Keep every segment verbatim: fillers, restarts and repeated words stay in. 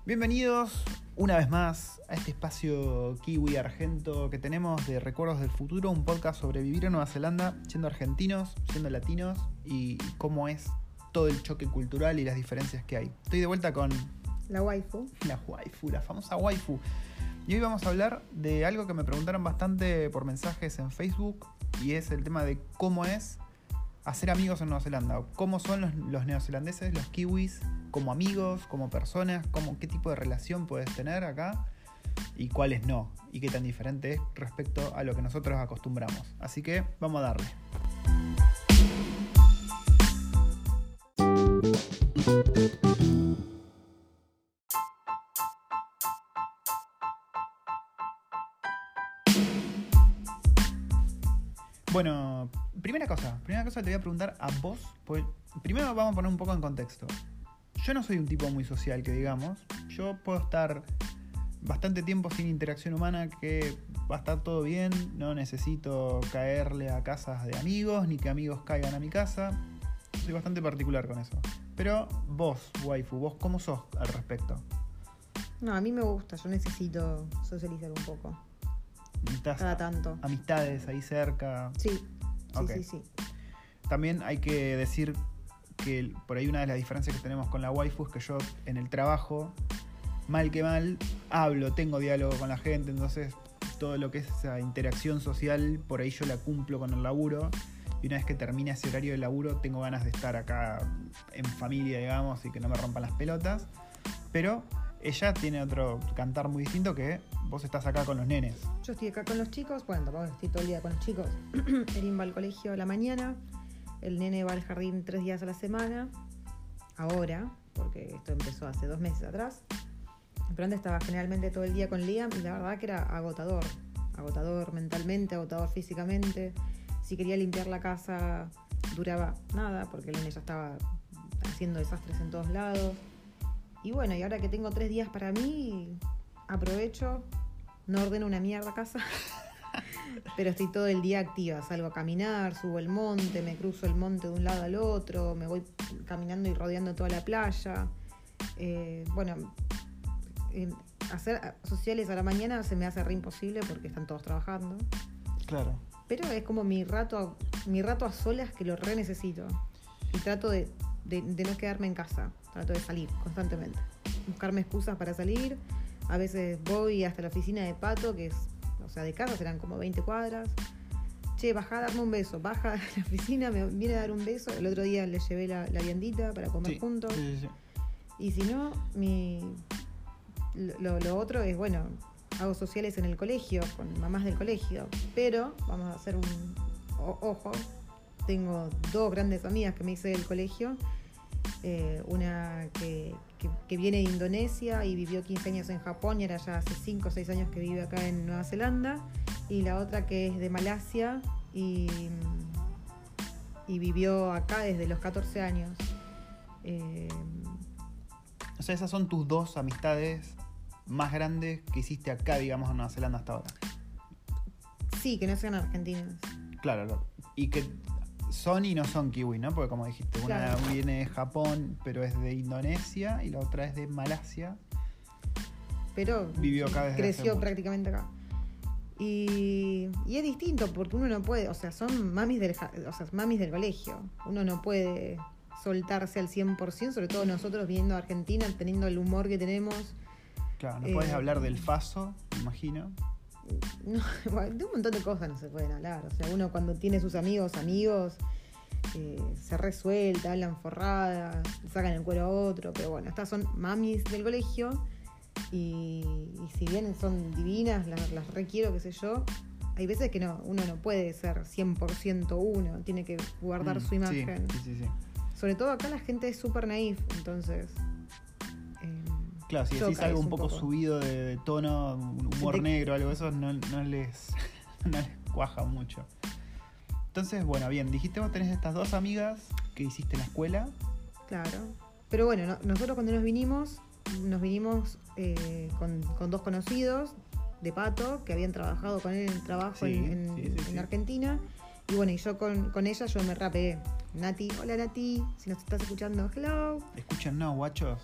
Bienvenidos una vez más a este espacio kiwi argento que tenemos de Recuerdos del Futuro, un podcast sobre vivir en Nueva Zelanda, siendo argentinos, siendo latinos y cómo es todo el choque cultural y las diferencias que hay. Estoy de vuelta con la waifu. La waifu, la famosa waifu. Y hoy vamos a hablar de algo que me preguntaron bastante por mensajes en Facebook y es el tema de cómo es hacer amigos en Nueva Zelanda, o cómo son los, los neozelandeses, los kiwis, como amigos, como personas, cómo, qué tipo de relación puedes tener acá y cuáles no, y qué tan diferente es respecto a lo que nosotros acostumbramos. Así que vamos a darle. Bueno, primera cosa, primera cosa te voy a preguntar a vos, pues primero vamos a poner un poco en contexto. Yo no soy un tipo muy social, que digamos. Yo puedo estar bastante tiempo sin interacción humana, que va a estar todo bien. No necesito caerle a casas de amigos, ni que amigos caigan a mi casa. Soy bastante particular con eso. Pero vos, waifu, ¿vos cómo sos al respecto? No, a mí me gusta, yo necesito socializar un poco. Cada tanto. Amistades ahí cerca. Sí, sí, okay. sí, sí. También hay que decir que por ahí una de las diferencias que tenemos con la waifu es que yo en el trabajo, mal que mal, hablo, tengo diálogo con la gente, entonces todo lo que es esa interacción social, por ahí yo la cumplo con el laburo, y una vez que termina ese horario de laburo tengo ganas de estar acá en familia, digamos, y que no me rompan las pelotas, pero ella tiene otro cantar muy distinto, que vos estás acá con los nenes. Yo estoy acá con los chicos, bueno, tampoco estoy todo el día con los chicos. Erin va al colegio a la mañana, el nene va al jardín tres días a la semana, ahora, porque esto empezó hace dos meses atrás. Pero antes estaba generalmente todo el día con Liam y la verdad que era agotador. Agotador mentalmente, agotador físicamente. Si quería limpiar la casa, duraba nada, porque el nene ya estaba haciendo desastres en todos lados. Y bueno, y ahora que tengo tres días para mí, aprovecho, no ordeno una mierda a casa, pero estoy todo el día activa. Salgo a caminar, subo el monte, me cruzo el monte de un lado al otro, me voy caminando y rodeando toda la playa. Eh, bueno, eh, hacer sociales a la mañana se me hace re imposible porque están todos trabajando. Claro. Pero es como mi rato, mi rato a solas que lo re necesito. Y trato de, de, de no quedarme en casa. Trato de salir constantemente. Buscarme excusas para salir. A veces voy hasta la oficina de Pato, que es, o sea, de casa serán como veinte cuadras. Che, baja a darme un beso. Baja a la oficina, me viene a dar un beso. El otro día le llevé la, la viandita para comer sí, juntos. Sí, sí. Y si no, mi lo, lo otro es, bueno, hago sociales en el colegio, con mamás del colegio. Pero, vamos a hacer un o, ojo, tengo dos grandes amigas que me hice del colegio. Eh, una que, que, que viene de Indonesia y vivió quince años en Japón y ahora ya hace cinco o seis años que vive acá en Nueva Zelanda, y la otra que es de Malasia y, y vivió acá desde los catorce años. Eh, o sea, esas son tus dos amistades más grandes que hiciste acá, digamos, en Nueva Zelanda hasta ahora. Sí, que no sean argentinas. Claro, claro. Y que son y no son kiwis, ¿no? Porque como dijiste, una claro. viene de Japón, pero es de Indonesia, y la otra es de Malasia. Pero vivió acá desde creció hace prácticamente acá. Y, y es distinto porque uno no puede, o sea, son mamis del, o sea, mamis del colegio. Uno no puede soltarse al cien por ciento, sobre todo nosotros viendo a Argentina, teniendo el humor que tenemos. Claro, no eh, podés hablar del faso, me imagino. No, bueno, de un montón de cosas no se pueden hablar. O sea, uno cuando tiene sus amigos, amigos, eh, se resuelta, hablan forradas, sacan el cuero a otro. Pero bueno, estas son mamis del colegio. Y, y si bien son divinas, las, las requiero, qué sé yo, hay veces que no, uno no puede ser cien por ciento uno, tiene que guardar mm, su imagen. Sí, sí, sí. Sobre todo acá la gente es súper naif, entonces... Eh, Claro, si decís algo un poco, poco subido de, de tono, un humor te... negro, algo de eso, no, no, les, no les cuaja mucho. Entonces, bueno, bien, dijiste vos tenés estas dos amigas que hiciste en la escuela. Claro. Pero bueno, no, nosotros cuando nos vinimos, nos vinimos eh, con, con dos conocidos de Pato, que habían trabajado con él en el trabajo sí, en, en, sí, sí, en sí. Argentina. Y bueno, y yo con, con ella yo me rapeé. Nati, hola Nati, si nos estás escuchando, hello. Escuchen, no, guachos.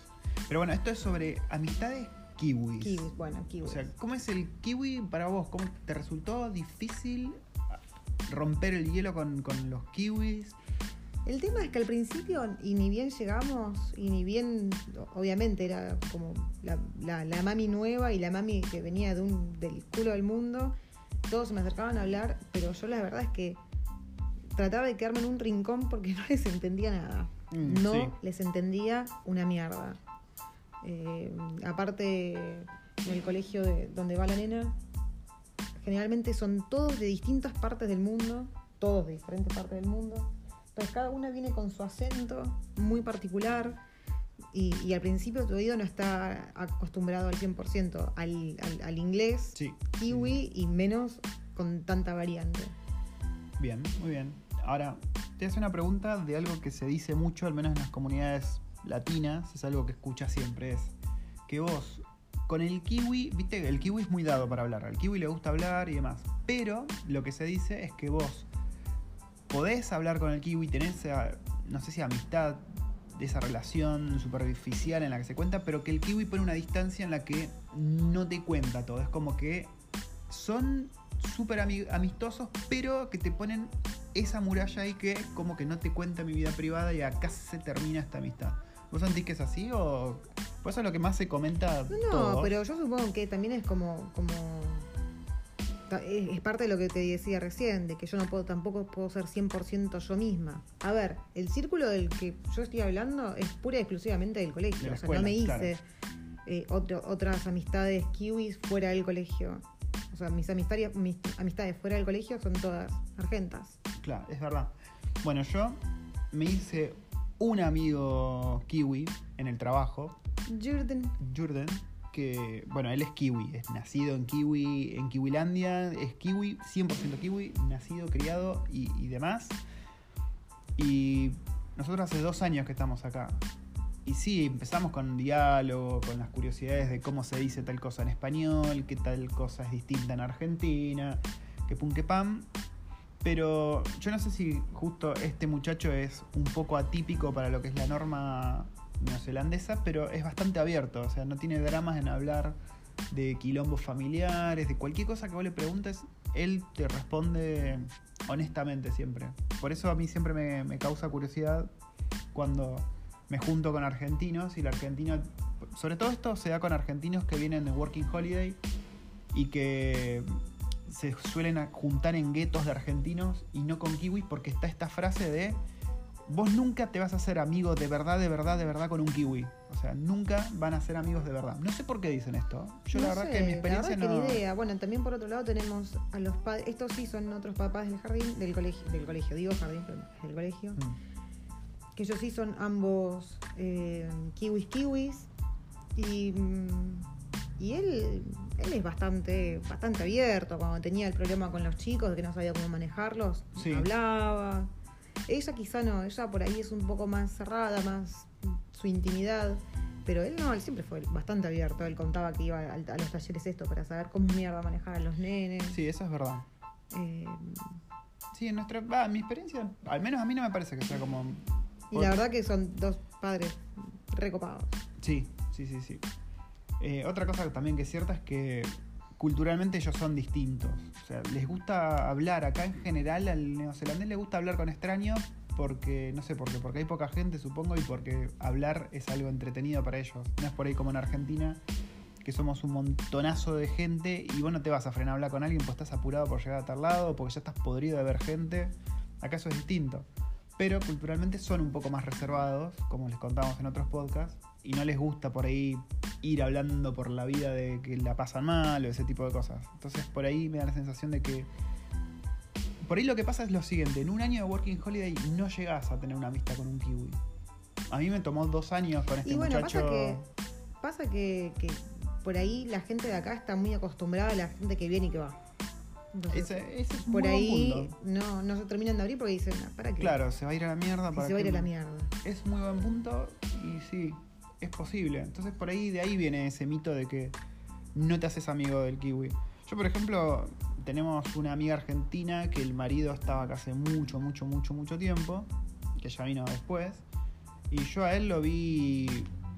Pero bueno, esto es sobre amistades kiwis. Kiwis, bueno, kiwis. O sea, ¿cómo es el kiwi para vos? ¿Cómo te resultó difícil romper el hielo con, con los kiwis? El tema es que al principio, y ni bien llegamos, y ni bien, obviamente era como la, la, la mami nueva y la mami que venía de un, del culo del mundo, todos se me acercaban a hablar, pero yo la verdad es que trataba de quedarme en un rincón porque no les entendía nada. Mm, no sí. les entendía una mierda. Eh, aparte, en el colegio de, donde va la nena, generalmente son todos de distintas partes del mundo, todos de diferentes partes del mundo. Entonces cada una viene con su acento muy particular y, y al principio tu oído no está acostumbrado al cien por ciento al, al, al inglés Sí. kiwi Sí. y menos con tanta variante. Bien, muy bien. Ahora, te hace una pregunta de algo que se dice mucho, al menos en las comunidades latinas, es algo que escuchas siempre, es que vos, con el kiwi, viste, el kiwi es muy dado para hablar, al kiwi le gusta hablar y demás, pero lo que se dice es que vos podés hablar con el kiwi, tenés, esa, no sé si amistad, de esa relación superficial en la que se cuenta, pero que el kiwi pone una distancia en la que no te cuenta todo, es como que son súper amistosos, pero que te ponen esa muralla ahí que como que no te cuenta mi vida privada y acá se termina esta amistad. ¿Vos sentís que es así o...? Pues eso es lo que más se comenta. No, todos. pero yo supongo que también es como, como es, es parte de lo que te decía recién, de que yo no puedo, tampoco puedo ser cien por ciento yo misma. A ver, el círculo del que yo estoy hablando es pura y exclusivamente del colegio. De la o sea, escuela, no me hice claro. eh, otro, otras amistades kiwis fuera del colegio. O sea, mis amistades, mis amistades fuera del colegio son todas argentas. Claro, es verdad. Bueno, yo me hice un amigo kiwi en el trabajo, Jordan. Jordan, que, bueno, él es kiwi, es nacido en Kiwi, en Kiwilandia, es kiwi, cien por ciento kiwi, nacido, criado y, y demás. Y nosotros hace dos años que estamos acá. Y sí, empezamos con diálogo, con las curiosidades de cómo se dice tal cosa en español, qué tal cosa es distinta en Argentina, que pum que pam. Pero yo no sé si justo este muchacho es un poco atípico para lo que es la norma neozelandesa, pero es bastante abierto, o sea, no tiene dramas en hablar de quilombos familiares, de cualquier cosa que vos le preguntes, él te responde honestamente siempre. Por eso a mí siempre me, me causa curiosidad cuando me junto con argentinos, y el argentino, sobre todo esto se da con argentinos que vienen de Working Holiday y que se suelen juntar en guetos de argentinos y no con kiwis, porque está esta frase de vos nunca te vas a hacer amigo de verdad, de verdad, de verdad con un kiwi. O sea, nunca van a ser amigos de verdad. No sé por qué dicen esto. Yo no la verdad sé, que en mi experiencia la verdad no... que ni idea. Bueno, también por otro lado tenemos a los padres, estos sí son otros papás del jardín, del colegio, del colegio, digo jardín, pero del colegio. Mm. Que ellos sí son ambos eh, kiwis kiwis. Y, y él, él es bastante, bastante abierto. Cuando tenía el problema con los chicos, de que no sabía cómo manejarlos, Sí. hablaba. Ella quizá no, ella por ahí es un poco más cerrada, más su intimidad. Pero él no, él siempre fue bastante abierto. Él contaba que iba a, a los talleres esto para saber cómo mierda manejar a los nenes. Sí, eso es verdad. Eh, Sí, en nuestra... Ah, en mi experiencia, al menos a mí no me parece que sea como... y la verdad que son dos padres recopados. Sí, sí, sí, sí. Eh, otra cosa también que es cierta es que culturalmente ellos son distintos. O sea, les gusta hablar. Acá en general al neozelandés le gusta hablar con extraños porque, no sé por qué, porque hay poca gente, supongo, y porque hablar es algo entretenido para ellos. No es por ahí como en Argentina, que somos un montonazo de gente y vos no te vas a frenar a hablar con alguien porque estás apurado por llegar a tal lado, porque ya estás podrido de ver gente. Acá eso es distinto. Pero culturalmente son un poco más reservados, como les contamos en otros podcasts, y no les gusta por ahí ir hablando por la vida de que la pasan mal o ese tipo de cosas. Entonces por ahí me da la sensación de que... Por ahí lo que pasa es lo siguiente, en un año de Working Holiday no llegás a tener una amistad con un kiwi. A mí me tomó dos años con este Y bueno, muchacho... pasa que, pasa que, que por ahí la gente de acá está muy acostumbrada a la gente que viene y que va. Entonces, Ese, ese es un por buen ahí punto. no, no se terminan de abrir porque dicen, "Ah, ¿para qué? Claro, se va a ir a la mierda. Y ¿para se va a ir qué a la me- mierda. Es muy buen punto y sí, es posible. Entonces por ahí, de ahí viene ese mito de que no te haces amigo del kiwi. Yo, por ejemplo, tenemos una amiga argentina que el marido estaba acá hace mucho, mucho, mucho, mucho tiempo, que ya vino después, y yo a él lo vi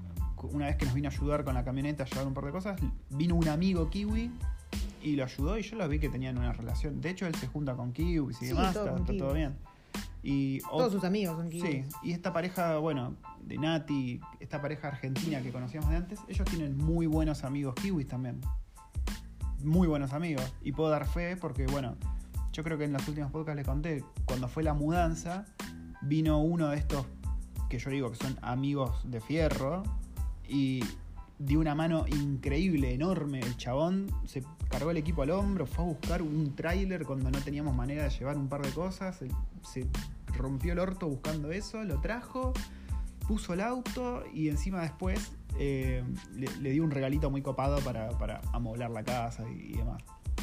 una vez que nos vino a ayudar con la camioneta a llevar un par de cosas, vino un amigo kiwi y lo ayudó, y yo lo vi que tenían una relación. De hecho, él se junta con kiwis y Sí, demás, todo está, con está todo kiwis. bien. Y Todos ot- sus amigos son kiwis. Sí, y esta pareja, bueno, de Nati, esta pareja argentina que conocíamos de antes, ellos tienen muy buenos amigos kiwis también. Muy buenos amigos. Y puedo dar fe porque, bueno, yo creo que en los últimos podcasts les conté, cuando fue la mudanza, vino uno de estos que yo digo que son amigos de fierro y dio una mano increíble, enorme. El chabón se cargó el equipo al hombro, fue a buscar un tráiler cuando no teníamos manera de llevar un par de cosas, se, se rompió el orto buscando eso, lo trajo, puso el auto y encima después eh, le, le dio un regalito muy copado para, para amoblar la casa y, y demás.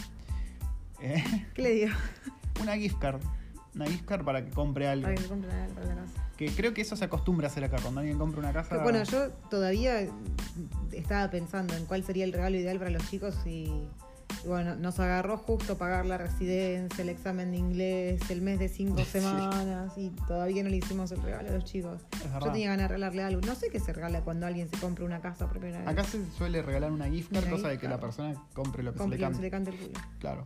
Eh, ¿Qué le digo? una gift card. Una gift card para que compre algo. Para que se compre algo para la casa. Que creo que eso se acostumbra a hacer acá. Cuando alguien compra una casa... Que, bueno, yo todavía estaba pensando en cuál sería el regalo ideal para los chicos y, y bueno, nos agarró justo pagar la residencia, el examen de inglés, el mes de cinco Sí. semanas y todavía no le hicimos el regalo a los chicos. Es verdad. Yo tenía ganas de regalarle algo. No sé qué se regala cuando alguien se compra una casa por primera vez. Acá se suele regalar una gift card, Una cosa de gift que la card. persona compre lo que Compre se le lo que se cante. le cante el culo. Claro.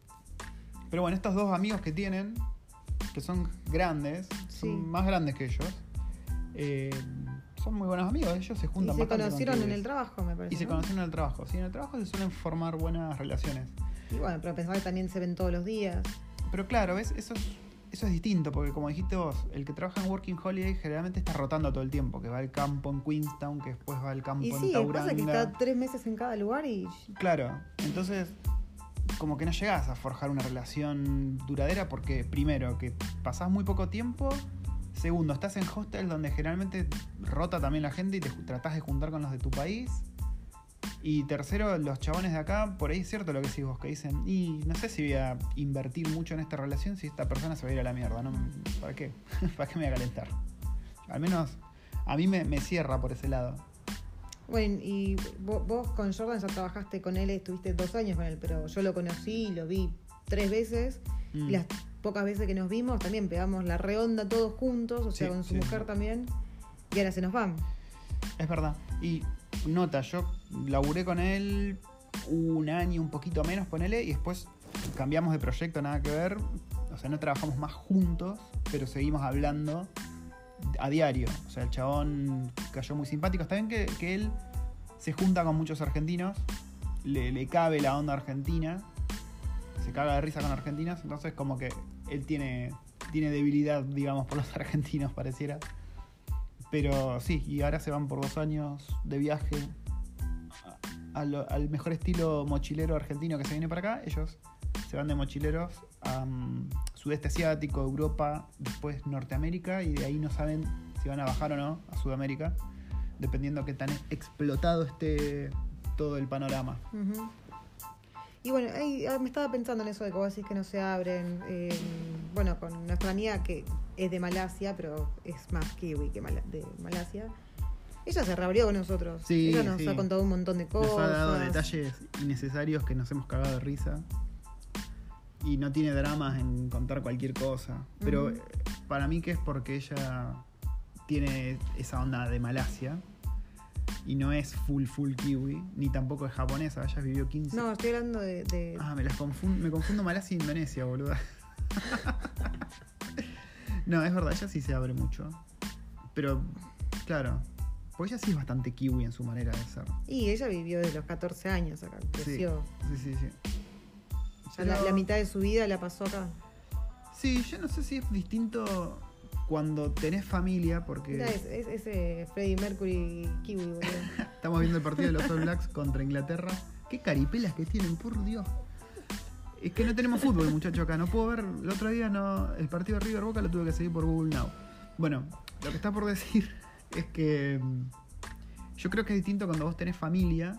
Pero bueno, estos dos amigos que tienen, que son grandes, Sí. son más grandes que ellos, eh, son muy buenos amigos. Ellos se Y juntan se bastante conocieron con en kiwis. el trabajo, me parece. Y se ¿no? conocieron en el trabajo. Sí, en el trabajo se suelen formar buenas relaciones. Y bueno, pero pensaba que también se ven todos los días. Pero claro, ¿ves? Eso es, eso es distinto, porque como dijiste vos, el que trabaja en Working Holiday generalmente está rotando todo el tiempo, que va al campo en Queenstown, que después va al campo Y en sí, Tauranga. pasa que está tres meses en cada lugar y Claro, entonces como que no llegás a forjar una relación duradera porque primero que pasás muy poco tiempo, segundo estás en hostels donde generalmente rota también la gente y te ju- tratás de juntar con los de tu país, y tercero los chabones de acá, por ahí es cierto lo que decís vos, que dicen, y no sé si voy a invertir mucho en esta relación si esta persona se va a ir a la mierda, ¿no? ¿Para qué? ¿Para qué me voy a calentar? Al menos a mí me, me cierra por ese lado. bueno, y vos, vos con Jordan ya trabajaste con él, estuviste dos años con él, pero yo lo conocí y lo vi tres veces. Mm. Y las pocas veces que nos vimos también pegamos la redonda todos juntos, o sea, Sí, con su sí. mujer también. Y ahora se nos van. Es verdad. Y nota, yo laburé con él un año, un poquito menos, ponele, y después cambiamos de proyecto, nada que ver. O sea, no trabajamos más juntos, pero seguimos hablando a diario. O sea, el chabón cayó muy simpático. Está bien que, que él se junta con muchos argentinos, le, le cabe la onda argentina, se caga de risa con argentinos, entonces como que él tiene, tiene debilidad, digamos, por los argentinos, pareciera. Pero sí, y ahora se van por dos años de viaje a- a lo- al mejor estilo mochilero argentino que se viene para acá. Ellos se van de mochileros a um, sudeste asiático, Europa, después Norteamérica, y de ahí no saben si van a bajar o no a Sudamérica, dependiendo qué tan explotado esté todo el panorama. Ujú. Y bueno, ahí, ah, me estaba pensando en eso de que vos decís que no se abren. eh, bueno, con nuestra amiga que es de Malasia, pero es más kiwi que Mala- de Malasia. Ella se reabrió con nosotros. Sí, Ella nos sí. ha contado un montón de cosas. Nos ha dado detalles innecesarios que nos hemos cagado de risa. Y no tiene dramas en contar cualquier cosa. Pero Ujú. eh, para mí que es porque ella tiene esa onda de Malasia. Y no es full full kiwi, ni tampoco es japonesa. Ella vivió quince. No, estoy hablando de... de- Ah, me las confundo, me confundo Malasia e Indonesia, boluda. No, es verdad, ella sí se abre mucho. Pero, claro, pues ella sí es bastante kiwi en su manera de ser. Y ella vivió desde los catorce años acá, creció. Sí, sí, sí. Ya la, Pero- la mitad de su vida la pasó acá. Sí, yo no sé si es distinto cuando tenés familia, porque Mirá, es, es- ese Freddie Mercury kiwi, boludo. estamos viendo el partido de los All Blacks contra Inglaterra. Qué caripelas que tienen, por Dios. Es que no tenemos fútbol, muchacho, acá. No puedo ver. El otro día no, el partido de River Boca lo tuve que seguir por Google Now. Bueno, lo que está por decir es que mm, yo creo que es distinto cuando vos tenés familia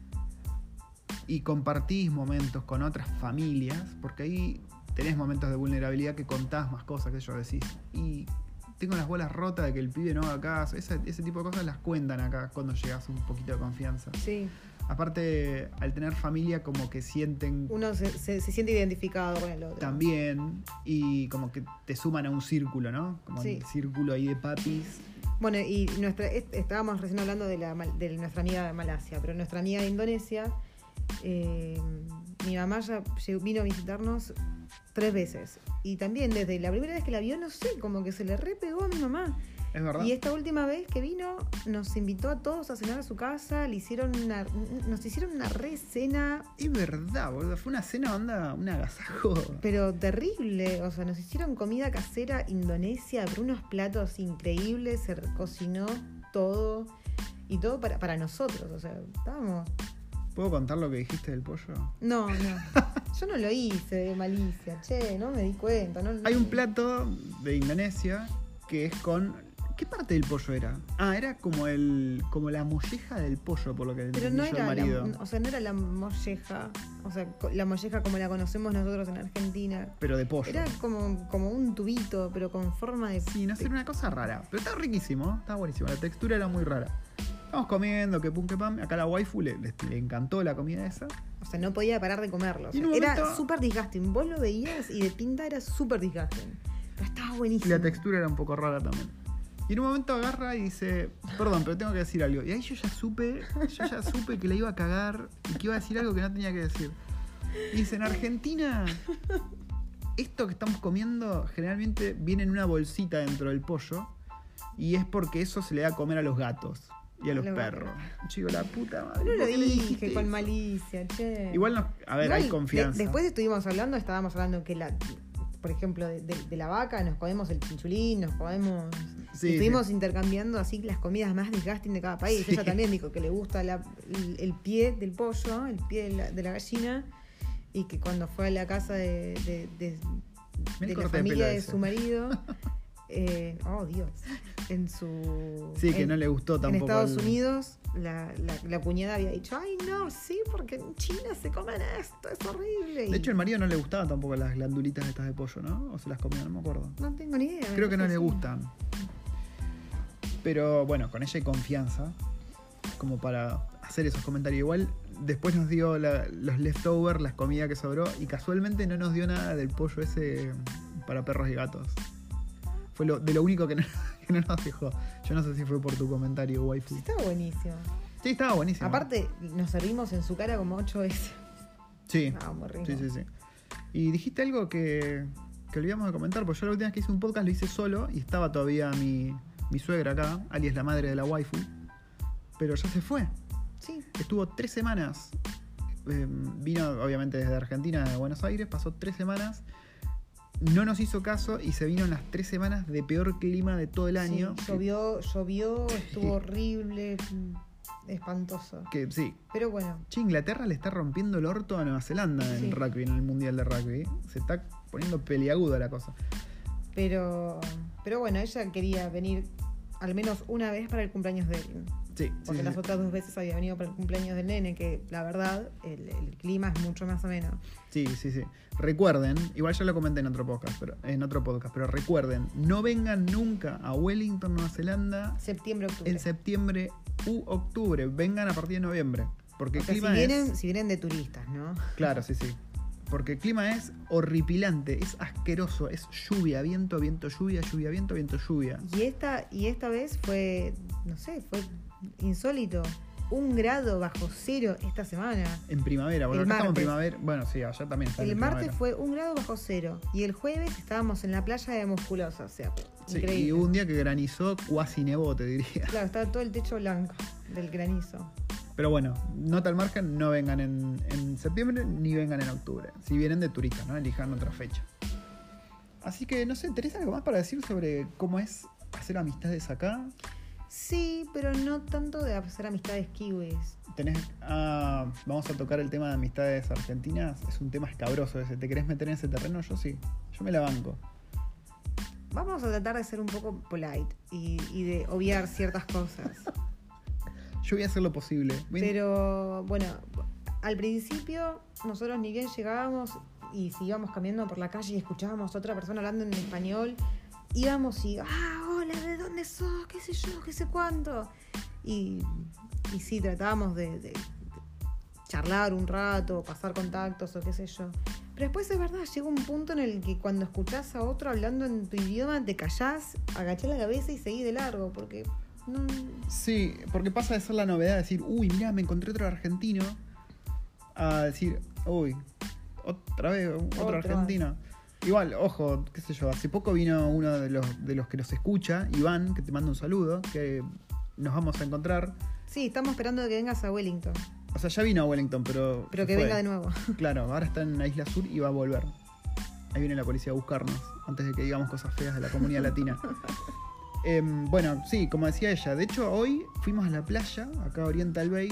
y compartís momentos con otras familias, porque ahí tenés momentos de vulnerabilidad que contás más cosas que yo decís. Y tengo las bolas rotas de que el pibe no haga caso. Ese, ese tipo de cosas las cuentan acá cuando llegas a un poquito de confianza. Sí, Aparte, al tener familia, como que sienten uno se, se- se siente identificado con el otro. también y como que te suman a un círculo, ¿no? Como Sí. el círculo ahí de papis Bueno, y nuestra est- estábamos recién hablando de, la, mal- de nuestra amiga de Malasia, pero nuestra amiga de Indonesia, eh, mi mamá ya llegó- vino a visitarnos tres veces. Y también desde la primera vez que la vio, no sé, como que se le repegó a mi mamá. Es verdad. Y esta última vez que vino, nos invitó a todos a cenar a su casa, le hicieron una, nos hicieron una re cena, Es verdad, boludo. Fue una cena onda, un agasajo. pero terrible. O sea, nos hicieron comida casera indonesia, pero unos platos increíbles, se cocinó todo. Y todo para, para nosotros, o sea, estábamos... ¿Puedo contar lo que dijiste del pollo? No, no. Yo no lo hice de malicia, che, no me di cuenta. No, Hay un plato de Indonesia que es con... ¿Qué parte del pollo era? Ah, era como el como la molleja del pollo, por lo que Pero entendí no yo era al la, marido. o sea, no era la molleja, o sea, co- la molleja como la conocemos nosotros en Argentina. Pero de pollo. Era como, como un tubito, pero con forma de... Sí, no sé, era una cosa rara. Pero estaba riquísimo, estaba buenísimo. La textura era muy rara. Estamos comiendo, que pum, que pam. Acá a la waifu le, le, le encantó la comida esa. O sea, no podía parar de comerlo. O Y en sea, un era momento- súper disgusting. Vos lo veías y de pinta era súper disgusting. Pero estaba buenísimo. Y la textura era un poco rara también. Y en un momento agarra y dice, perdón, pero tengo que decir algo. Y ahí yo ya supe, yo ya supe que la iba a cagar y que iba a decir algo que no tenía que decir. Y dice, en Argentina, esto que estamos comiendo generalmente viene en una bolsita dentro del pollo. Y es porque eso se le da a comer a los gatos y a los Los perros. Chico, la puta madre. No lo ¿por qué le dijiste dije con eso? malicia, che. Igual, no, a ver, Igual, hay confianza. de- después estuvimos hablando, estábamos hablando que la... Por ejemplo, de, de- de la vaca, nos comemos el chinchulín, nos comemos... Sí, estuvimos sí. intercambiando así las comidas más disgusting de cada país. Sí. Ella también dijo que le gusta la- el, el pie del pollo, el pie de la, de la gallina, y que cuando fue a la casa de, de, de- Mirá el de la corte de familia pelo de ese. su marido, eh, oh Dios, en su... Sí, que en- no le gustó en tampoco. Estados el- Unidos, la, la, la cuñada había dicho, ay no, sí, porque en China se comen esto, es horrible. De Y hecho, al marido no le gustaban tampoco las glandulitas estas de pollo, ¿no? O se las comía, no me acuerdo. no tengo ni idea. me Creo que no parece le sí. gustan. Pero bueno, con ella hay confianza como para hacer esos comentarios. Igual después nos dio la- los leftovers, las comidas que sobró, y casualmente no nos dio nada del pollo ese para perros y gatos. Fue lo, de lo único que no, que no nos dejó. Yo no sé si fue por tu comentario, waifu. Sí, estaba buenísimo. Sí, estaba buenísimo. Aparte, nos servimos en su cara como ocho veces. sí, Estaba muy rico. sí, sí, sí. Y dijiste algo que, que olvidamos de comentar, porque yo la última vez que hice un podcast lo hice solo y estaba todavía mi, mi suegra acá, Ali es la madre de la waifu, pero ya se fue. Sí. Estuvo tres semanas. eh, vino obviamente desde Argentina, de Buenos Aires, pasó tres semanas. No nos hizo caso y se vino en las tres semanas de peor clima de todo el año. Sí, llovió, llovió, estuvo horrible, espantoso. Que, que sí. Pero bueno, Che, Inglaterra le está rompiendo el orto a Nueva Zelanda en Sí. el rugby, en el mundial de rugby. Se está poniendo peliaguda la cosa. pero, pero bueno, ella quería venir al menos una vez para el cumpleaños de él. Sí, sí, Porque sí, las sí. otras dos veces había venido para el cumpleaños del nene, que la verdad, el, el clima es mucho más ameno. Sí, sí, sí. Recuerden, igual ya lo comenté en otro podcast, pero en otro podcast, pero recuerden, no vengan nunca a Wellington, Nueva Zelanda, Septiembre, octubre. en septiembre u octubre. Vengan a partir de noviembre. Porque O el sea, si clima vienen, es. si vienen de turistas, ¿no? Claro, sí, sí. Porque el clima es horripilante, es asqueroso, es lluvia, viento, viento, lluvia, lluvia, viento, viento, lluvia. Y esta, y esta vez fue, no sé, fue insólito. Un grado bajo cero esta semana. En primavera, bueno, El acá estamos en martes. primavera. Bueno, sí, allá también está El en martes primavera. fue un grado bajo cero. Y el jueves estábamos en la playa de Musculosa. O sea, Sí, increíble. y hubo un día que granizó, cuasi nevó, te diría. Claro, estaba todo el techo blanco del granizo. Pero bueno, nota al margen, no vengan en, en septiembre ni vengan en octubre. Si vienen de turistas, ¿no? Elijan otra fecha. Así que, no sé, ¿tenés algo más para decir sobre cómo es hacer amistades acá? Sí, pero no tanto de hacer amistades kiwis. Tenés, ah, vamos a tocar el tema de amistades argentinas. Es un tema escabroso ese. ¿Te querés meter en ese terreno? Yo sí. Yo me la banco. Vamos a tratar de ser un poco polite y, y de obviar ciertas cosas. Yo voy a hacer lo posible. Voy a- Pero bueno, al principio nosotros ni bien llegábamos y si íbamos caminando por la calle y escuchábamos a otra persona hablando en español, íbamos y, ah, hola, ¿de dónde sos? ¿Qué sé yo? ¿Qué sé cuánto? Y, y sí, tratábamos de, de- charlar un rato, pasar contactos o qué sé yo. Pero después es verdad, llega un punto en el que cuando escuchás a otro hablando en tu idioma, te callás, agachás la cabeza y seguís de largo, porque no... Sí, porque pasa de ser la novedad de decir, uy, mirá, me encontré otro argentino, a decir, uy, otra vez, otro Otra. argentino. Igual, ojo, qué sé yo, hace poco vino uno de los, de los que nos escucha, Iván, que te manda un saludo, que nos vamos a encontrar. Sí, estamos esperando que vengas a Wellington. O sea, ya vino a Wellington, pero... Pero que fue. venga de nuevo. Claro, ahora está en la Isla Sur y va a volver. Ahí viene la policía a buscarnos, antes de que digamos cosas feas de la comunidad latina. Eh, bueno, sí, como decía ella, de hecho hoy fuimos a la playa, acá a Oriental Bay,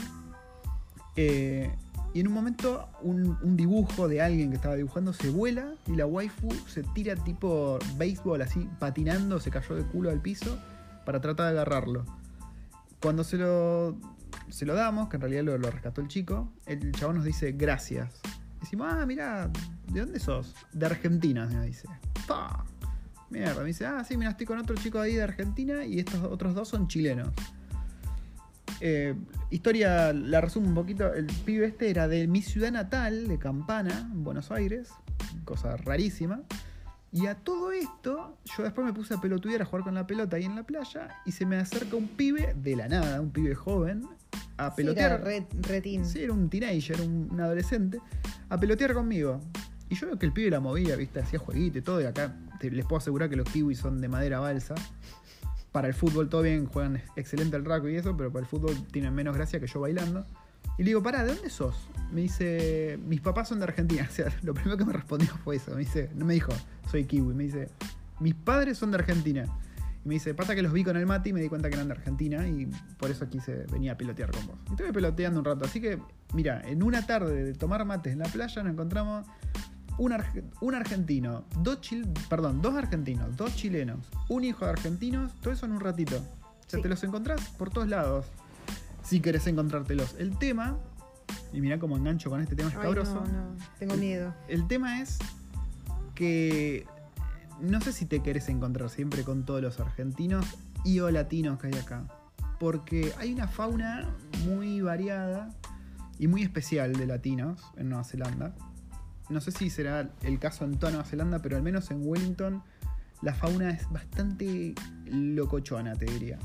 eh, y en un momento un, un dibujo de alguien que estaba dibujando se vuela y la waifu se tira tipo béisbol así, patinando, se cayó de culo al piso para tratar de agarrarlo. Cuando se lo, se lo damos, que en realidad lo, lo rescató el chico, el chabón nos dice gracias. Decimos, ah, mirá, ¿de dónde sos? De Argentina, me dice. ¡Pah! Mierda, me dice, ah, sí, mira, estoy con otro chico ahí de Argentina y estos otros dos son chilenos. Eh, historia, la resumo un poquito. El pibe este era de mi ciudad natal, de Campana, en Buenos Aires. Cosa rarísima. Y a todo esto, yo después me puse a pelotudear, a jugar con la pelota ahí en la playa. Y se me acerca un pibe de la nada, un pibe joven, a pelotear. Sí, era re, re teen. Sí, era un teenager, un, un adolescente, a pelotear conmigo. Y yo veo que el pibe la movía, ¿viste? Hacía jueguito y todo. Y acá te, les puedo asegurar que los kiwis son de madera balsa. Para el fútbol todo bien, juegan excelente el rugby y eso, pero para el fútbol tienen menos gracia que yo bailando. Y le digo, pará, ¿de dónde sos? Me dice, mis papás son de Argentina. O sea, lo primero que me respondió fue eso. Me dice, no me dijo, soy kiwi. Me dice, mis padres son de Argentina. Y me dice, pasa que los vi con el Mati y me di cuenta que eran de Argentina y por eso quise venir a pilotear con vos. Y estuve peloteando un rato. Así que, mira, en una tarde de tomar mates en la playa nos encontramos un, arge- un argentino, dos chil- perdón, dos argentinos, dos chilenos, un hijo de argentinos, todo eso en un ratito. O sea, Sí. te los encontrás por todos lados. Si querés encontrártelos. El tema, y mirá cómo engancho con este tema Ay, escabroso. no, no, tengo miedo. El tema es que no sé si te querés encontrar siempre con todos los argentinos y o latinos que hay acá. Porque hay una fauna muy variada y muy especial de latinos en Nueva Zelanda. No sé si será el caso en toda Nueva Zelanda, pero al menos en Wellington la fauna es bastante locochona, te diría.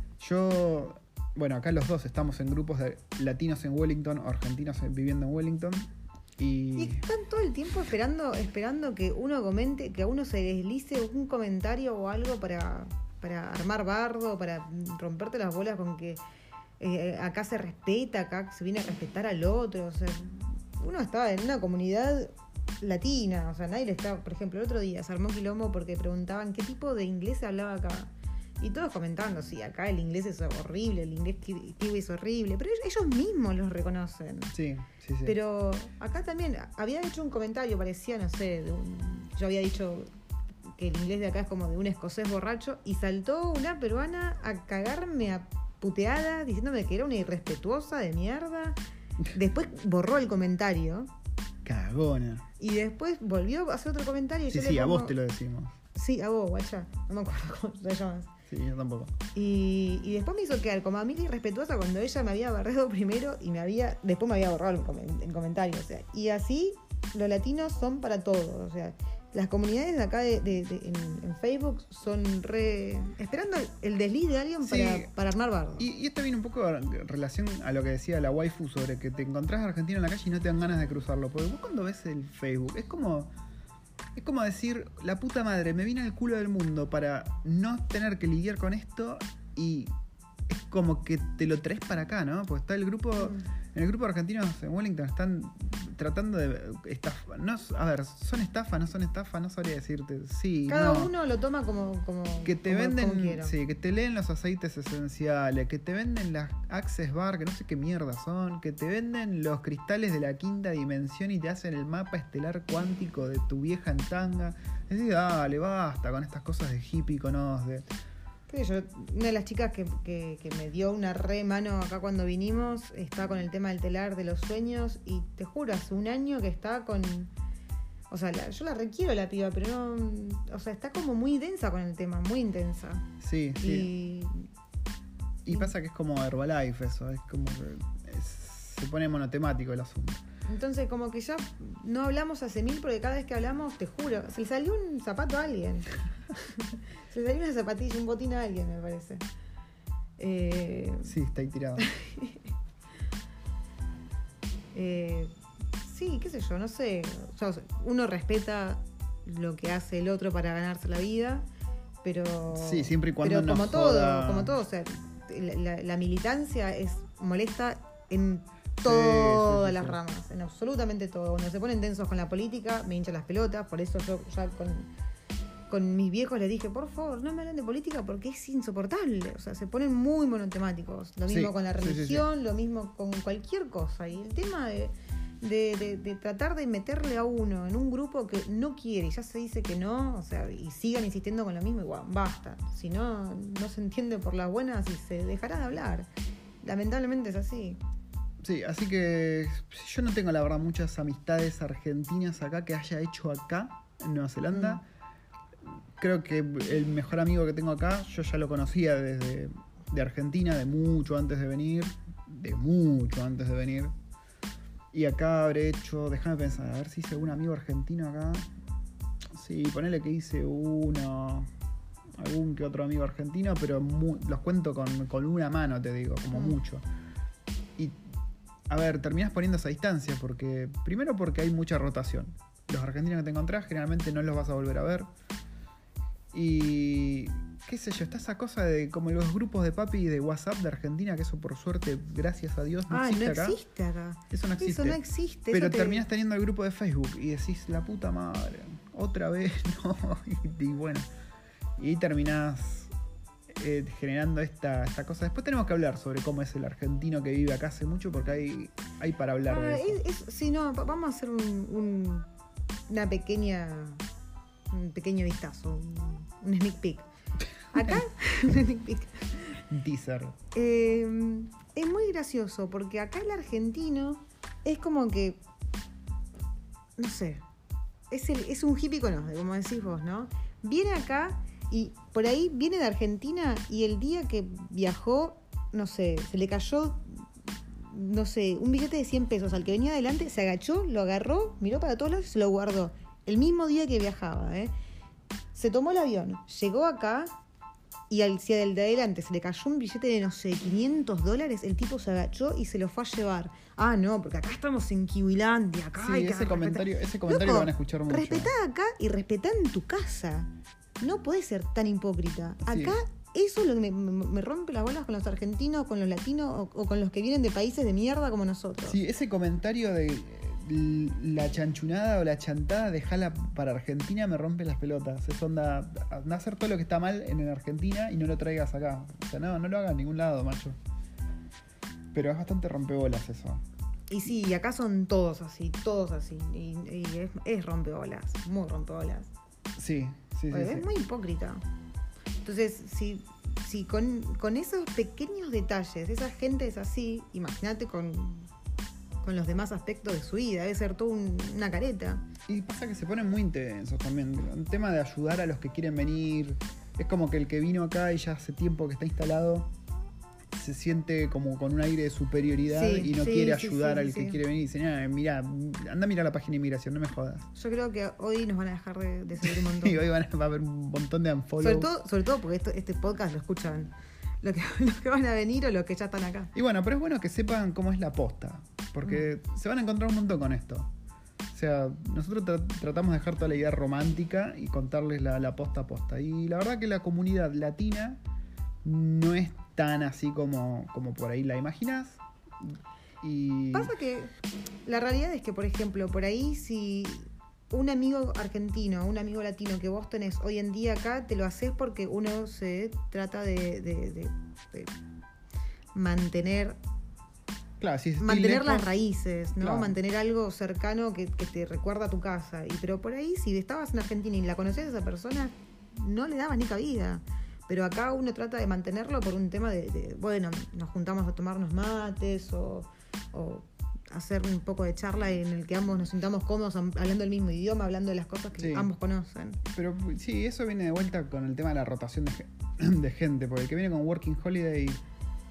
Yo, bueno, acá los dos estamos en grupos de latinos en Wellington o argentinos viviendo en Wellington. Y... Y están todo el tiempo esperando esperando que uno comente, que a uno se deslice un comentario o algo para, para armar bardo, para romperte las bolas con que eh, acá se respeta, acá se viene a respetar al otro. O sea, uno estaba en una comunidad latina, o sea, nadie le estaba... Por ejemplo, el otro día se armó quilombo porque preguntaban qué tipo de inglés se hablaba acá. Y todos comentando, sí, acá el inglés es horrible, el inglés ki- kiwi es horrible, pero ellos mismos los reconocen. Sí, sí, sí. Pero acá también había hecho un comentario, parecía, no sé, de un, yo había dicho que el inglés de acá es como de un escocés borracho, y saltó una peruana a cagarme a puteada diciéndome que era una irrespetuosa de mierda. Después borró el comentario Cagona. y después volvió a hacer otro comentario. Y Sí, yo sí, le a pongo, vos te lo decimos. Sí, a vos, guacha. No me acuerdo cómo te llamas. Sí, yo tampoco. Y, y después me hizo quedar como a mí irrespetuosa cuando ella me había barrado primero y me había después me había borrado el, comen- el comentario. O sea, y así los latinos son para todos. O sea, las comunidades de acá de, de- de- en, en Facebook son re... esperando el, el desliz de alguien Sí. para, para armar bardo. Y, y esto viene un poco en relación a lo que decía la waifu sobre que te encontrás argentino en la calle y no te dan ganas de cruzarlo. Porque vos cuando ves el Facebook, es como... Es como decir, la puta madre, me vine al culo del mundo para no tener que lidiar con esto y es como que te lo traes para acá, ¿no? Porque está el grupo, Mm. en el grupo de argentinos en Wellington están tratando de estafa, no, a ver, ¿son estafa, no son estafa? No sabría decirte, sí, Cada no. uno lo toma como, como Que te como- venden, como quiera. sí, que te leen los aceites esenciales, que te venden las Access Bar, que no sé qué mierda son, que te venden los cristales de la quinta dimensión y te hacen el mapa estelar cuántico de tu vieja en tanga. Es decir, dale, basta con estas cosas de hippie, conos, de... Sí, yo- una de las chicas que, que, que me dio una re mano acá cuando vinimos está con el tema del telar de los sueños y te juro, hace un año que está con... O sea, la- yo la requiero la piba, pero no... O sea, está como muy densa con el tema, muy intensa. Sí, sí. Y... Y pasa que es como Herbalife eso, es como que es- se pone monotemático el asunto. Entonces, como que ya no hablamos hace mil, porque cada vez que hablamos, te juro, se le salió un zapato a alguien. Se le salió una zapatilla, un botín a alguien, me parece. Eh... Sí, está ahí tirado. eh, sí, qué sé yo, no sé. O sea, uno respeta lo que hace el otro para ganarse la vida, pero... Sí, siempre y cuando pero no como joda... todo, como todo, o sea, la, la, la militancia es molesta en todas sí, sí, sí, las sí. ramas, en absolutamente todo. Cuando se ponen tensos con la política, me hinchan las pelotas, por eso yo ya con, con mis viejos les dije, por favor, no me hablen de política porque es insoportable. O sea, se ponen muy monotemáticos. Lo mismo sí, con la religión, sí, sí, sí. lo mismo con cualquier cosa. Y el tema de, de, de, de tratar de meterle a uno en un grupo que no quiere y ya se dice que no, o sea, y sigan insistiendo con lo mismo, igual, basta. Si no, no se entiende por las buenas y se dejará de hablar. Lamentablemente es así. Sí, así que yo no tengo la verdad muchas amistades argentinas acá que haya hecho acá en Nueva Zelanda. Mm. Creo que el mejor amigo que tengo acá, yo ya lo conocía desde de Argentina, de mucho antes de venir, de mucho antes de venir. Y acá habré hecho, déjame pensar, a ver si hice algún amigo argentino acá. Sí, ponele que hice uno, algún que otro amigo argentino, pero mu- los cuento con, con una mano, te digo, como mm. mucho. Y a ver, terminás poniendo esa distancia porque, primero porque hay mucha rotación. Los argentinos que te encontrás generalmente no los vas a volver a ver. Y qué sé yo, está esa cosa de como los grupos de papi de WhatsApp de Argentina, que eso por suerte, gracias a Dios, no ah, existe no acá. existe acá. Eso no existe. Eso no existe. Pero eso te... terminás teniendo el grupo de Facebook y decís, la puta madre, otra vez, no. Y, y bueno, y ahí terminás Eh, generando esta, esta cosa. Después tenemos que hablar sobre cómo es el argentino que vive acá hace mucho, porque hay, hay para hablar ah, de eso. Es, es, sí, no, vamos a hacer un, un, una pequeña un pequeño vistazo, un, un sneak peek. Acá, un sneak peek. Un teaser. Eh, es muy gracioso, porque acá el argentino es como que, no sé, es, el, es un hippie conoce, como decís vos, ¿no? Viene acá y por ahí viene de Argentina y el día que viajó, no sé, se le cayó, no sé, un billete de cien pesos al que venía adelante, se agachó, lo agarró, miró para todos lados y se lo guardó. El mismo día que viajaba, ¿eh? Se tomó el avión, llegó acá y al, si al de adelante se le cayó un billete de, no sé, quinientos dólares, el tipo se agachó y se lo fue a llevar. Ah, no, porque acá estamos en Kiwilandia, acá sí, hay que ese comentario, ese comentario Loco, lo van a escuchar mucho. Respetá acá y respetá en tu casa. No podés ser tan hipócrita. Sí. Acá eso es lo que me, me, me rompe las bolas con los argentinos, con los latinos o, o con los que vienen de países de mierda como nosotros. Sí, ese comentario de la chanchunada o la chantada, dejala para Argentina, me rompe las pelotas. Es onda, anda a hacer todo lo que está mal en Argentina y no lo traigas acá. O sea, no, no lo hagas en ningún lado, macho. Pero es bastante rompebolas eso. Y sí, acá son todos así, todos así. Y, y es, es rompebolas, muy rompebolas. Sí, sí, sí. Es sí. muy hipócrita. Entonces, si, si con, con esos pequeños detalles, esa gente es así, imagínate con, con los demás aspectos de su vida, debe ser todo un, una careta. Y pasa que se ponen muy intensos también. El tema de ayudar a los que quieren venir. Es como que el que vino acá y ya hace tiempo que está instalado se siente como con un aire de superioridad sí, y no sí, quiere ayudar sí, sí, al que sí. quiere venir y dice, nah, mira, anda a mirar la página de inmigración, no me jodas. Yo creo que hoy nos van a dejar de, de seguir un montón. Y hoy van a, va a haber un montón de unfollow. Sobre todo, sobre todo porque esto, este podcast lo escuchan los que, los que van a venir o los que ya están acá. Y bueno, pero es bueno que sepan cómo es la posta, porque mm. se van a encontrar un montón con esto. O sea, nosotros tra- tratamos de dejar toda la idea romántica y contarles la, la posta a posta. Y la verdad que la comunidad latina no es tan así como, como por ahí la imaginás. Y... Pasa que la realidad es que, por ejemplo, por ahí si un amigo argentino, un amigo latino que vos tenés hoy en día acá, te lo haces porque uno se trata de, de, de, de mantener... Claro, si mantener lejos, las raíces, ¿no? Claro. Mantener algo cercano que, que te recuerda a tu casa. Y pero por ahí, si estabas en Argentina y la conocías a esa persona, no le dabas ni cabida. Pero acá uno trata de mantenerlo por un tema de, de bueno, nos juntamos a tomarnos mates o, o hacer un poco de charla en el que ambos nos sintamos cómodos hablando el mismo idioma, hablando de las cosas que sí. ambos conocen. Pero sí, eso viene de vuelta con el tema de la rotación de, de gente, porque el que viene con Working Holiday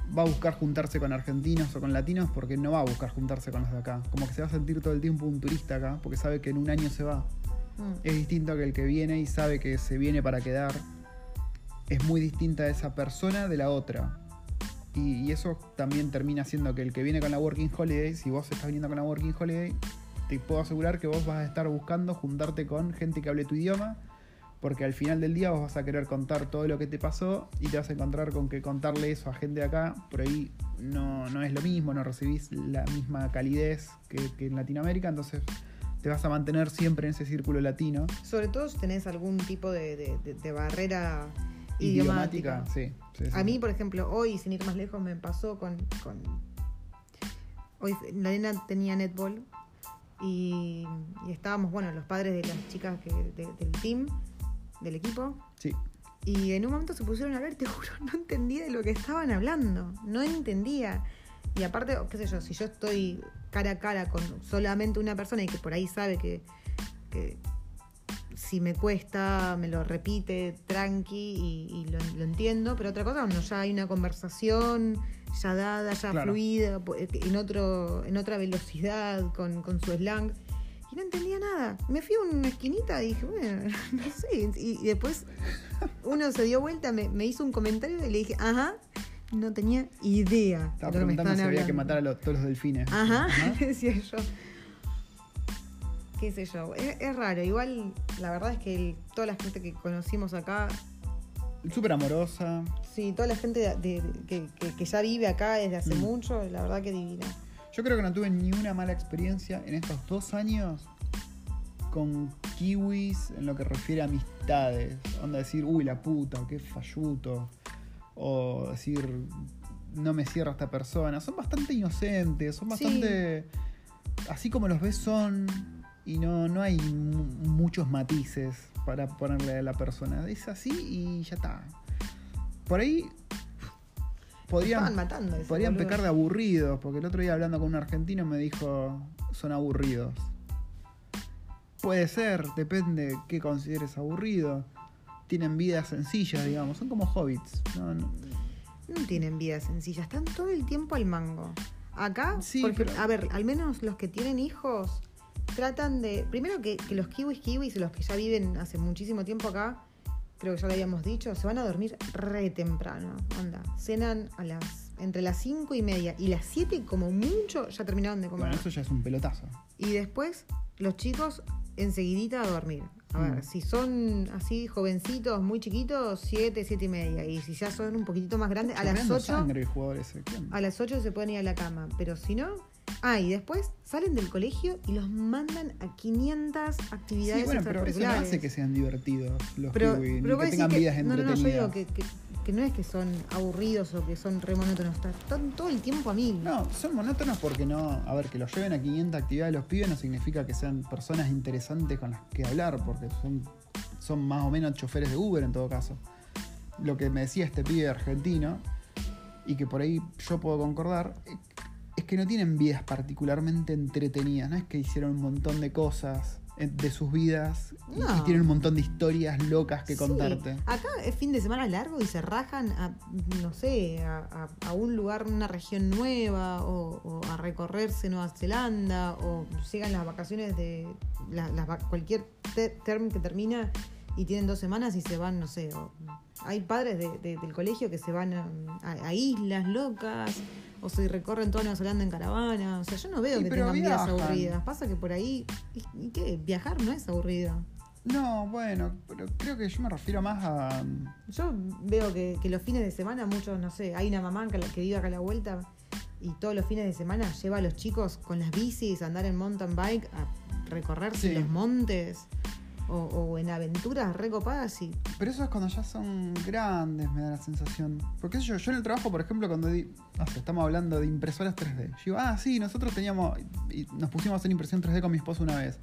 va a buscar juntarse con argentinos o con latinos porque no va a buscar juntarse con los de acá. Como que se va a sentir todo el tiempo un turista acá porque sabe que en un año se va. Mm. Es distinto que el que viene y sabe que se viene para quedar. Es muy distinta esa persona de la otra. Y, y eso también termina siendo que el que viene con la Working Holiday, si vos estás viniendo con la Working Holiday, te puedo asegurar que vos vas a estar buscando juntarte con gente que hable tu idioma, porque al final del día vos vas a querer contar todo lo que te pasó y te vas a encontrar con que contarle eso a gente de acá, por ahí no, no es lo mismo, no recibís la misma calidez que, que en Latinoamérica, entonces te vas a mantener siempre en ese círculo latino. Sobre todo si tenés algún tipo de, de, de, de barrera idiomática. idiomática. Sí, sí, sí. A mí, por ejemplo, hoy, sin ir más lejos, me pasó con... con... Hoy la nena tenía netball y, y estábamos, bueno, los padres de las chicas que, de, del team, del equipo. Sí. Y en un momento se pusieron a hablar, te juro, no entendía de lo que estaban hablando. No entendía. Y aparte, qué sé yo, si yo estoy cara a cara con solamente una persona y que por ahí sabe que, que si me cuesta, me lo repite tranqui y, y lo, lo entiendo, pero otra cosa, cuando ya hay una conversación ya dada, ya claro. fluida, en otro, en otra velocidad, con, con su slang, y no entendía nada. Me fui a una esquinita y dije, bueno, no sé, y, y después uno se dio vuelta, me, me hizo un comentario y le dije, ajá, no tenía idea. Estaba preguntando si había que matar a los, todos los delfines. Ajá, ajá. Decía yo. Qué sé yo, es, es raro. Igual, la verdad es que el, toda la gente que conocimos acá... Súper amorosa. Sí, toda la gente de, de, que, que, que ya vive acá desde hace mm. mucho, la verdad que divina. Yo creo que no tuve ni una mala experiencia en estos dos años con kiwis en lo que refiere a amistades. Onda decir, uy, la puta, qué falluto. O decir, no me cierra esta persona. Son bastante inocentes, son bastante... Sí. Así como los ves son... Y no, no hay m- muchos matices para ponerle a la persona. Es así y ya está. Por ahí podrían, matando ese podrían boludo. pecar de aburridos, porque el otro día hablando con un argentino me dijo, son aburridos. Puede ser, depende qué consideres aburrido. Tienen vidas sencillas, digamos, son como hobbits. No, no. no tienen vidas sencillas, están todo el tiempo al mango. Acá, sí, porque, pero... a ver, al menos los que tienen hijos... Tratan de... Primero que, que los kiwis kiwis, los que ya viven hace muchísimo tiempo acá, creo que ya lo habíamos dicho, se van a dormir re temprano. Onda, cenan a las entre las cinco y media y las siete como mucho ya terminaron de comer. Bueno, eso ya es un pelotazo. Y después los chicos enseguidita a dormir. A ver, mm. si son así jovencitos, muy chiquitos, siete, siete y media. Y si ya son un poquitito más grandes, a las ocho... Sangre, jugadores, a las ocho se pueden ir a la cama. Pero si no... Ah, y después salen del colegio y los mandan a quinientas actividades extracurriculares. Sí, bueno, pero eso no hace que sean divertidos los pero, kiwi, pero ni que tengan que, vidas no, entretenidas. No, no, yo digo que, que, que no es que son aburridos o que son re monótonos, están todo el tiempo a mil. No, son monótonos porque no... A ver, que los lleven a quinientas actividades los pibes no significa que sean personas interesantes con las que hablar, porque son, son más o menos choferes de Uber en todo caso. Lo que me decía este pibe argentino, y que por ahí yo puedo concordar... es que no tienen vidas particularmente entretenidas, no es que hicieron un montón de cosas de sus vidas y, no. y tienen un montón de historias locas que sí. contarte. Acá es fin de semana largo y se rajan a, no sé, a, a, a un lugar, una región nueva o, o a recorrerse Nueva Zelanda o llegan las vacaciones de la, las, cualquier te, term que termina y tienen dos semanas y se van, no sé, o, hay padres de, de, del colegio que se van a, a, a islas locas o se recorren toda Nueva Zelanda en caravana. O sea, yo no veo sí, que tengan vidas viajan. aburridas. Pasa que por ahí, ¿y, y qué? Viajar no es aburrido. No, bueno, pero creo que yo me refiero más a... Yo veo que, que los fines de semana muchos, no sé, hay una mamá que, que vive acá a la vuelta y todos los fines de semana lleva a los chicos con las bicis a andar en mountain bike, a recorrerse sí. los montes o, o en aventuras recopadas. Y... Pero eso es cuando ya son grandes, me da la sensación. Porque yo, yo en el trabajo, por ejemplo, cuando di, no sé, estamos hablando de impresoras tres D. Yo digo, ah, sí, nosotros teníamos... Y nos pusimos a hacer impresión tres D con mi esposo una vez.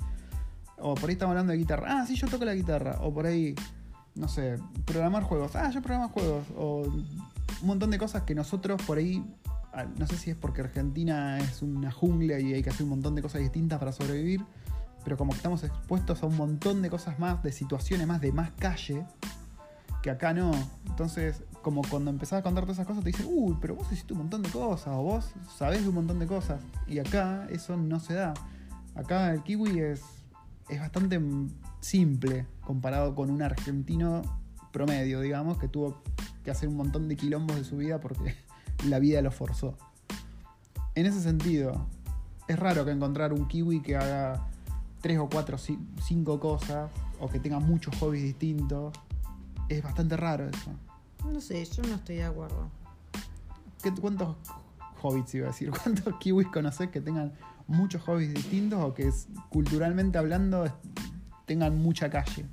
O por ahí estamos hablando de guitarra. Ah, sí, yo toco la guitarra. O por ahí, no sé, programar juegos. Ah, yo programo juegos. O un montón de cosas que nosotros por ahí... No sé si es porque Argentina es una jungla y hay que hacer un montón de cosas distintas para sobrevivir. Pero como que estamos expuestos a un montón de cosas más, de situaciones más, de más calle, que acá no. Entonces, como cuando empezás a contar todas esas cosas, te dicen, uy, pero vos hiciste un montón de cosas, o vos sabés de un montón de cosas. Y acá eso no se da. Acá el kiwi es, es bastante simple comparado con un argentino promedio, digamos, que tuvo que hacer un montón de quilombos de su vida porque la vida lo forzó. En ese sentido, es raro que encontrar un kiwi que haga tres o cuatro, cinco cosas, o que tenga muchos hobbies distintos. Es bastante raro eso. No sé, yo no estoy de acuerdo. ¿Qué, ¿Cuántos hobbits iba a decir? ¿Cuántos kiwis conocés que tengan muchos hobbies distintos o que culturalmente hablando tengan mucha calle?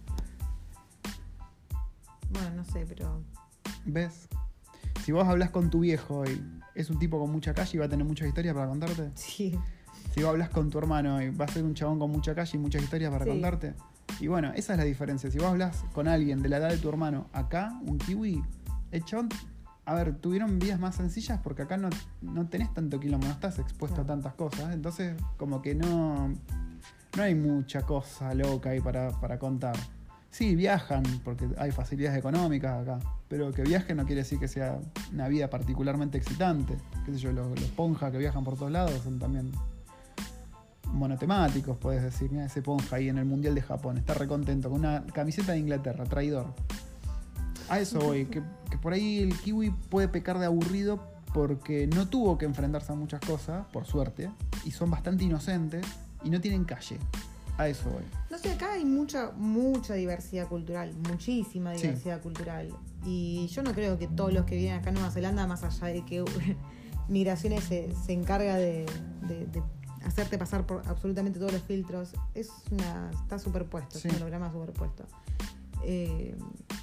Bueno, no sé, pero... ¿Ves? Si vos hablás con tu viejo y es un tipo con mucha calle y va a tener muchas historias para contarte. Sí. Si vos hablas con tu hermano y va a ser un chabón con mucha calle y muchas historias para sí. contarte. Y bueno, esa es la diferencia. Si vos hablas con alguien de la edad de tu hermano, acá, un kiwi, el chabón, a ver, tuvieron vidas más sencillas porque acá no, no tenés tanto quilombo, no estás expuesto no. a tantas cosas. Entonces, como que no, no hay mucha cosa loca ahí para, para contar. Sí, viajan porque hay facilidades económicas acá, pero que viajen no quiere decir que sea una vida particularmente excitante. Qué sé yo, los, los ponjas que viajan por todos lados son también monotemáticos, puedes decir. Mira ese ponja ahí en el Mundial de Japón, está recontento con una camiseta de Inglaterra, traidor. A eso voy, que, que por ahí el kiwi puede pecar de aburrido porque no tuvo que enfrentarse a muchas cosas, por suerte, y son bastante inocentes y no tienen calle. A eso voy. No sé, acá hay mucha, mucha diversidad cultural, muchísima diversidad sí. cultural. Y yo no creo que todos los que vienen acá a Nueva Zelanda, más allá de que Migraciones se, se encarga de, de, de hacerte pasar por absolutamente todos los filtros, es una, está superpuesto, sí. es un holograma superpuesto. Eh,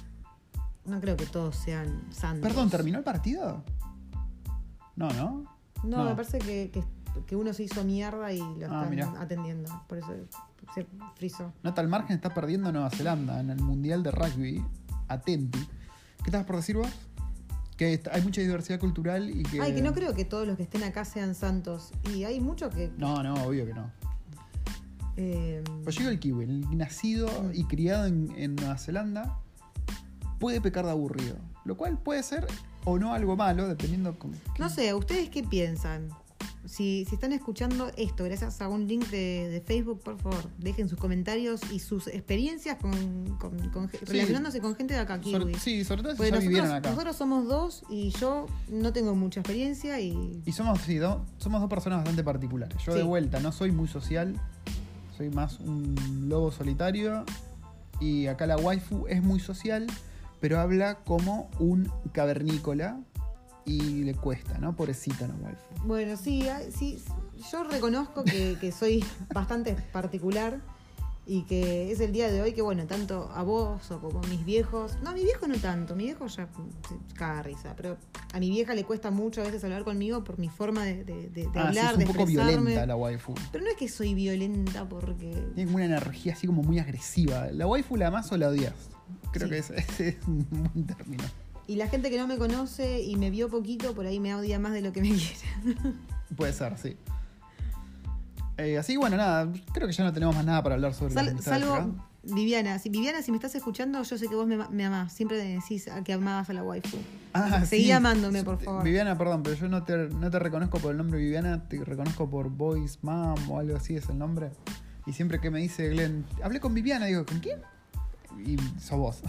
no creo que todos sean santos. Perdón, ¿terminó el partido? No, ¿no? No, no. me parece que, que, que uno se hizo mierda y lo ah, están mirá. atendiendo. Por eso se frizó. Nota al margen, está perdiendo Nueva Zelanda en el Mundial de Rugby. Atenti. ¿Qué estabas por decir vos? Que está, hay mucha diversidad cultural y que... Ay, que no creo que todos los que estén acá sean santos. Y hay mucho que... No, no, obvio que no. Eh... Pues llega el kiwi, el nacido y criado en, en Nueva Zelanda, puede pecar de aburrido. Lo cual puede ser o no algo malo, dependiendo... Con no sé, ¿ustedes qué piensan? Si, si están escuchando esto gracias a un link de, de Facebook, por favor, dejen sus comentarios y sus experiencias con, con, con, sí. relacionándose con gente de acá, kiwi. Sobre, sí, sobre todo si ya nosotros, vivieron acá. Nosotros somos dos y yo no tengo mucha experiencia y... Y somos, sí, do, somos dos personas bastante particulares. Yo sí. de vuelta no soy muy social, soy más un lobo solitario y acá la waifu es muy social, pero habla como un cavernícola. Y le cuesta, ¿no? Pobrecita la waifu. Bueno, sí, sí, yo reconozco que, que soy bastante particular y que es el día de hoy que, bueno, tanto a vos o como a mis viejos... No, a mi viejo no tanto, mi viejo ya se caga risa, pero a mi vieja le cuesta mucho a veces hablar conmigo por mi forma de, de, de, de ah, hablar, sí, es un de poco expresarme. violenta la waifu. Pero no es que soy violenta porque... Tiene como una energía así como muy agresiva. La waifu la amas o la odias. Creo sí. que ese, ese es un buen término. Y la gente que no me conoce y me vio poquito, por ahí me odia más de lo que me quiere. Puede ser, sí. Eh, así, bueno, nada, creo que ya no tenemos más nada para hablar sobre Sal, las amistades Salvo acá. Viviana. Si, Viviana, si me estás escuchando, yo sé que vos me, me amás. Siempre decís que amabas a la waifu. Ah, Seguí sí. amándome, por favor. Viviana, perdón, pero yo no te, no te reconozco por el nombre Viviana, te reconozco por Voice Mom o algo así es el nombre. Y siempre que me dice Glenn, hablé con Viviana, digo, ¿con quién? Y sos vos.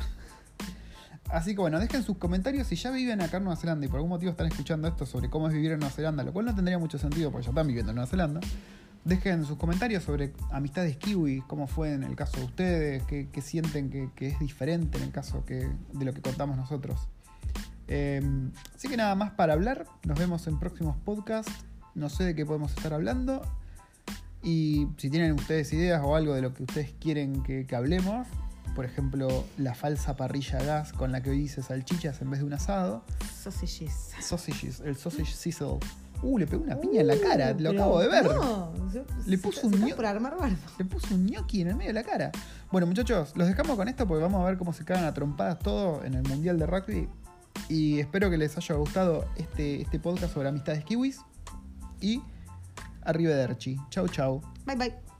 Así que bueno, dejen sus comentarios si ya viven acá en Nueva Zelanda y por algún motivo están escuchando esto sobre cómo es vivir en Nueva Zelanda, lo cual no tendría mucho sentido porque ya están viviendo en Nueva Zelanda. Dejen sus comentarios sobre amistades kiwi, cómo fue en el caso de ustedes, qué, qué sienten que, que es diferente en el caso que, de lo que contamos nosotros. Eh, así que nada más para hablar, nos vemos en próximos podcasts, no sé de qué podemos estar hablando y si tienen ustedes ideas o algo de lo que ustedes quieren que, que hablemos. Por ejemplo, la falsa parrilla a gas con la que hoy hice salchichas en vez de un asado. Sausages. Sausages, el sausage sizzle. Uh, le pegó una piña uh, en la cara, lo acabo de ver. No, le puso un ño- por armar bardo. Le puso un ñoqui en el medio de la cara. Bueno, muchachos, los dejamos con esto porque vamos a ver cómo se cagan a trompadas todo en el Mundial de Rugby. Y espero que les haya gustado este, este podcast sobre amistades kiwis. Y arrivederci. Chau, chau. Bye, bye.